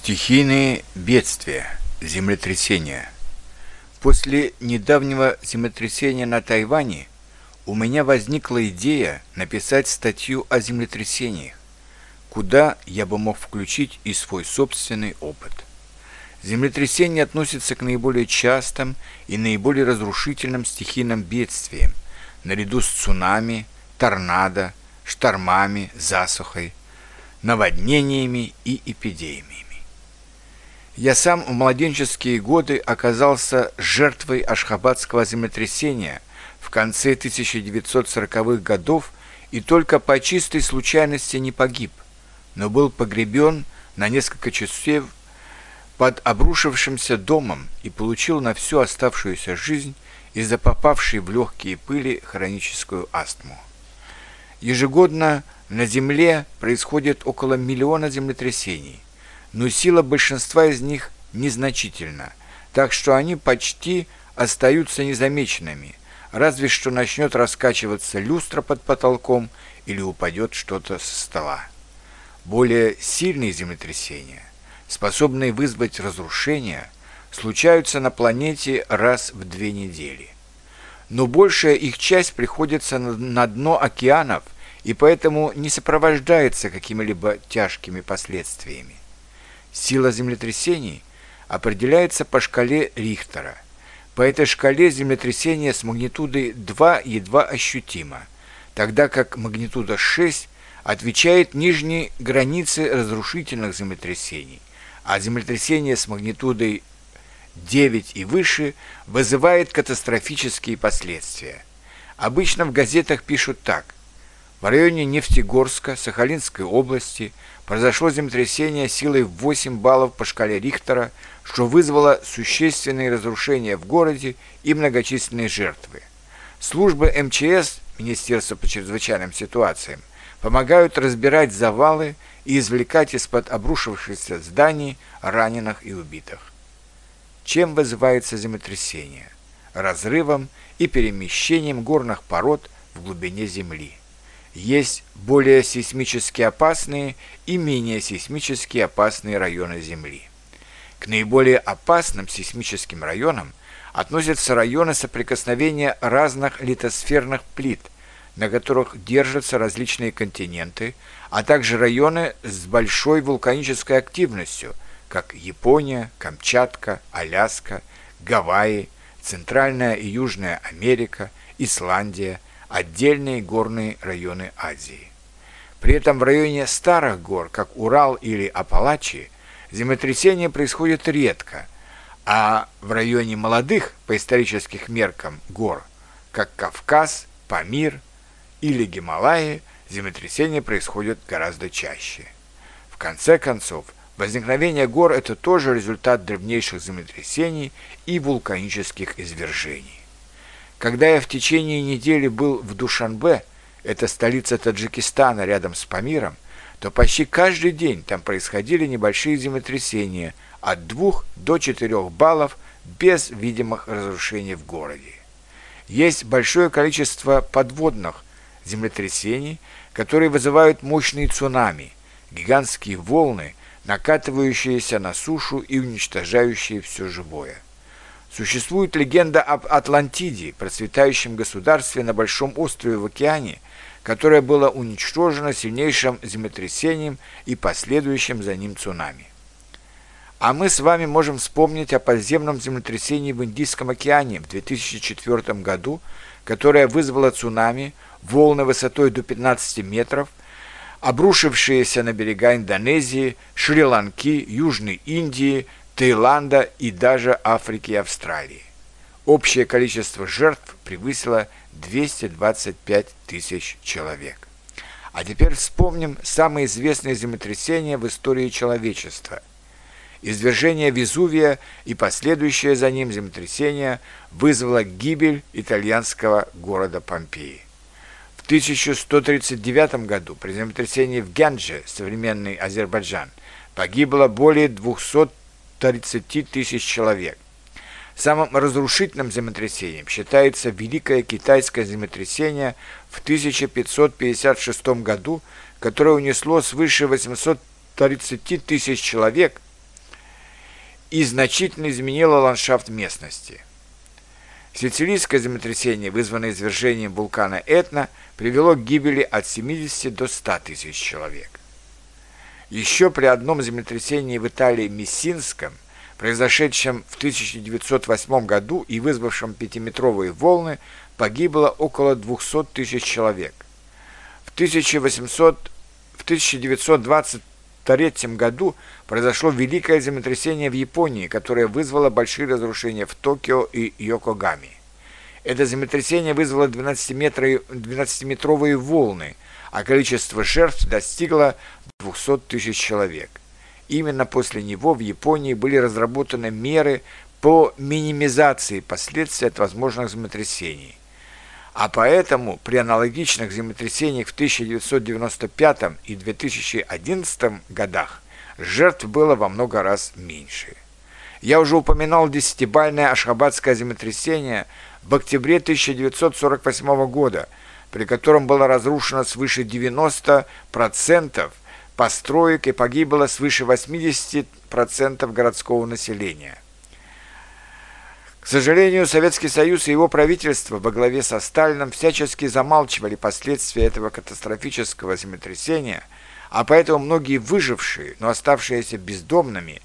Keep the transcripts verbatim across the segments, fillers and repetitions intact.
Стихийные бедствия, землетрясения. После недавнего землетрясения на Тайване у меня возникла идея написать статью о землетрясениях, куда я бы мог включить и свой собственный опыт. Землетрясения относятся к наиболее частым и наиболее разрушительным стихийным бедствиям, наряду с цунами, торнадо, штормами, засухой, наводнениями и эпидемиями. Я сам в младенческие годы оказался жертвой Ашхабадского землетрясения в конце тысяча девятьсот сороковых годов и только по чистой случайности не погиб, но был погребен на несколько часов под обрушившимся домом и получил на всю оставшуюся жизнь из-за попавшей в легкие пыли хроническую астму. Ежегодно на Земле происходит около миллиона землетрясений, но сила большинства из них незначительна, так что они почти остаются незамеченными, разве что начнет раскачиваться люстра под потолком или упадет что-то со стола. Более сильные землетрясения, способные вызвать разрушения, случаются на планете раз в две недели. Но большая их часть приходится на дно океанов и поэтому не сопровождается какими-либо тяжкими последствиями. Сила землетрясений определяется по шкале Рихтера. По этой шкале землетрясение с магнитудой два едва ощутимо, тогда как магнитуда шесть отвечает нижней границе разрушительных землетрясений, а землетрясение с магнитудой девять и выше вызывает катастрофические последствия. Обычно в газетах пишут так: в районе Нефтегорска, Сахалинской области, произошло землетрясение силой в восемь баллов по шкале Рихтера, что вызвало существенные разрушения в городе и многочисленные жертвы. Службы эм че эс, Министерство по чрезвычайным ситуациям, помогают разбирать завалы и извлекать из-под обрушившихся зданий раненых и убитых. Чем вызывается землетрясение? Разрывом и перемещением горных пород в глубине Земли. Есть более сейсмически опасные и менее сейсмически опасные районы Земли. К наиболее опасным сейсмическим районам относятся районы соприкосновения разных литосферных плит, на которых держатся различные континенты, а также районы с большой вулканической активностью, как Япония, Камчатка, Аляска, Гавайи, Центральная и Южная Америка, Исландия, отдельные горные районы Азии. При этом в районе старых гор, как Урал или Апалачи, землетрясения происходят редко, а в районе молодых по исторических меркам гор, как Кавказ, Памир или Гималаи, землетрясения происходят гораздо чаще. В конце концов, возникновение гор – это тоже результат древнейших землетрясений и вулканических извержений. Когда я в течение недели был в Душанбе, это столица Таджикистана рядом с Памиром, то почти каждый день там происходили небольшие землетрясения от двух до четырёх баллов без видимых разрушений в городе. Есть большое количество подводных землетрясений, которые вызывают мощные цунами, гигантские волны, накатывающиеся на сушу и уничтожающие все живое. Существует легенда об Атлантиде, процветающем государстве на большом острове в океане, которое было уничтожено сильнейшим землетрясением и последующим за ним цунами. А мы с вами можем вспомнить о подземном землетрясении в Индийском океане в две тысячи четвёртом году, которое вызвало цунами, волны высотой до пятнадцати метров, обрушившиеся на берега Индонезии, Шри-Ланки, Южной Индии, Таиланда и даже Африки и Австралии. Общее количество жертв превысило двести двадцать пять тысяч человек. А теперь вспомним самые известные землетрясения в истории человечества. Извержение Везувия и последующее за ним землетрясение вызвало гибель итальянского города Помпеи. В тысяча сто тридцать девятом году при землетрясении в Гендже, современный Азербайджан, погибло более двухсот тридцати тысяч человек. Самым разрушительным землетрясением считается Великое Китайское землетрясение в тысяча пятьсот пятьдесят шестом году, которое унесло свыше восьмисот тридцати тысяч человек и значительно изменило ландшафт местности. Сицилийское землетрясение, вызванное извержением вулкана Этна, привело к гибели от семидесяти до ста тысяч человек. Еще при одном землетрясении в Италии Мессинском, произошедшем в тысяча девятьсот восьмом году и вызвавшем пятиметровые волны, погибло около двухсот тысяч человек. В тысяча девятьсот двадцать третьем году произошло великое землетрясение в Японии, которое вызвало большие разрушения в Токио и Йокогаме. Это землетрясение вызвало двенадцатиметровые волны, а количество жертв достигло двухсот тысяч человек. Именно после него в Японии были разработаны меры по минимизации последствий от возможных землетрясений. А поэтому при аналогичных землетрясениях в тысяча девятьсот девяносто пятом и две тысячи одиннадцатом годах жертв было во много раз меньше. Я уже упоминал десятибальное Ашхабадское землетрясение в октябре тысяча девятьсот сорок восьмого года, при котором было разрушено свыше девяноста процентов построек и погибло свыше восьмидесяти процентов городского населения. К сожалению, Советский Союз и его правительство во главе со Сталином всячески замалчивали последствия этого катастрофического землетрясения, а поэтому многие выжившие, но оставшиеся бездомными,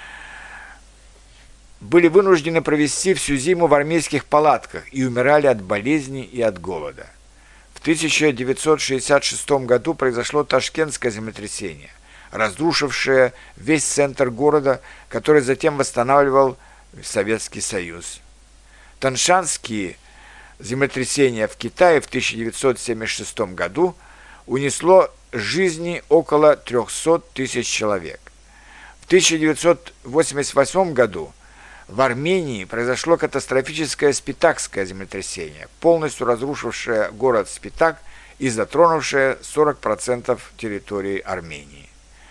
были вынуждены провести всю зиму в армейских палатках и умирали от болезней и от голода. В тысяча девятьсот шестьдесят шестом году произошло Ташкентское землетрясение, разрушившее весь центр города, который затем восстанавливал Советский Союз. Таншанские землетрясение в Китае в тысяча девятьсот семьдесят шестом году унесло жизни около трехсот тысяч человек. В тысяча девятьсот восемьдесят восьмом году в Армении произошло катастрофическое Спитакское землетрясение, полностью разрушившее город Спитак и затронувшее сорок процентов территории Армении.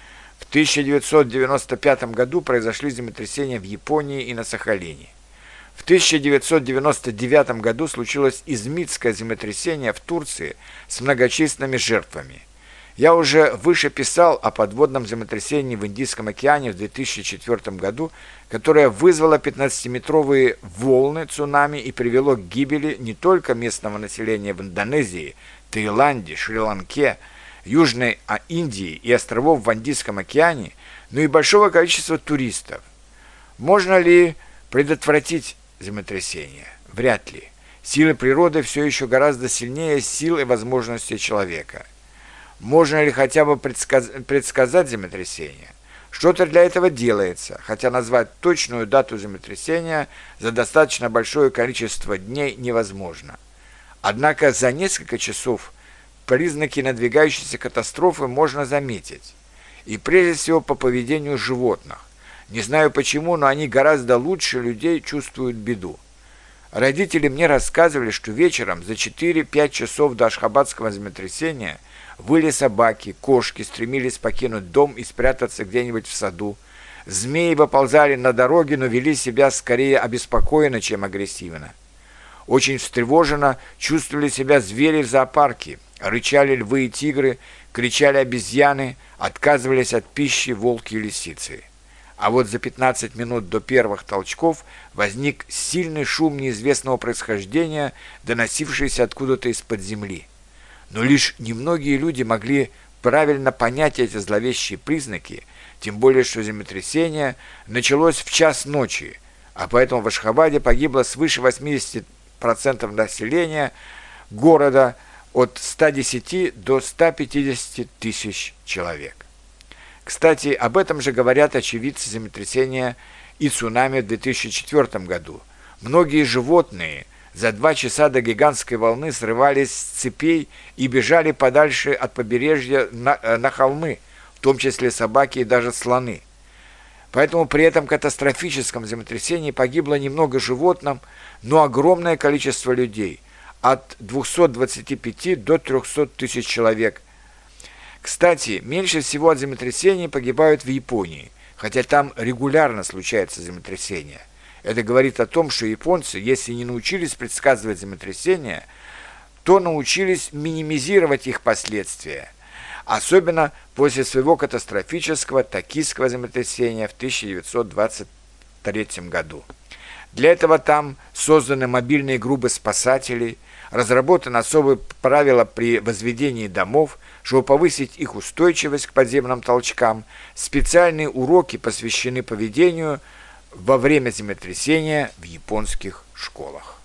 В тысяча девятьсот девяносто пятом году произошли землетрясения в Японии и на Сахалине. В тысяча девятьсот девяносто девятом году случилось Измитское землетрясение в Турции с многочисленными жертвами. Я уже выше писал о подводном землетрясении в Индийском океане в две тысячи четвёртом году, которое вызвало пятнадцатиметровые волны цунами и привело к гибели не только местного населения в Индонезии, Таиланде, Шри-Ланке, Южной Индии и островов в Индийском океане, но и большого количества туристов. Можно ли предотвратить землетрясение? Вряд ли. Силы природы все еще гораздо сильнее сил и возможностей человека. Можно ли хотя бы предсказ... предсказать землетрясение? Что-то для этого делается, хотя назвать точную дату землетрясения за достаточно большое количество дней невозможно. Однако за несколько часов признаки надвигающейся катастрофы можно заметить. И прежде всего по поведению животных. Не знаю почему, но они гораздо лучше людей чувствуют беду. Родители мне рассказывали, что вечером за четыре-пять часов до Ашхабадского землетрясения выли собаки, кошки стремились покинуть дом и спрятаться где-нибудь в саду. Змеи выползали на дороге, но вели себя скорее обеспокоенно, чем агрессивно. Очень встревоженно чувствовали себя звери в зоопарке. Рычали львы и тигры, кричали обезьяны, отказывались от пищи волки и лисицы. А вот за пятнадцать минут до первых толчков возник сильный шум неизвестного происхождения, доносившийся откуда-то из-под земли. Но лишь немногие люди могли правильно понять эти зловещие признаки, тем более что землетрясение началось в час ночи, а поэтому в Ашхабаде погибло свыше восьмидесяти процентов населения города, от ста десяти до ста пятидесяти тысяч человек. Кстати, об этом же говорят очевидцы землетрясения и цунами в две тысячи четвёртом году. Многие животные за два часа до гигантской волны срывались с цепей и бежали подальше от побережья на, на холмы, в том числе собаки и даже слоны. Поэтому при этом катастрофическом землетрясении погибло немного животных, но огромное количество людей, от двухсот двадцати пяти до трехсот тысяч человек. Кстати, меньше всего от землетрясений погибают в Японии, хотя там регулярно случается землетрясение. Это говорит о том, что японцы, если не научились предсказывать землетрясения, то научились минимизировать их последствия, особенно после своего катастрофического токийского землетрясения в тысяча девятьсот двадцать третьем году. Для этого там созданы мобильные группы спасателей, разработаны особые правила при возведении домов, чтобы повысить их устойчивость к подземным толчкам. Специальные уроки посвящены поведению во время землетрясения в японских школах.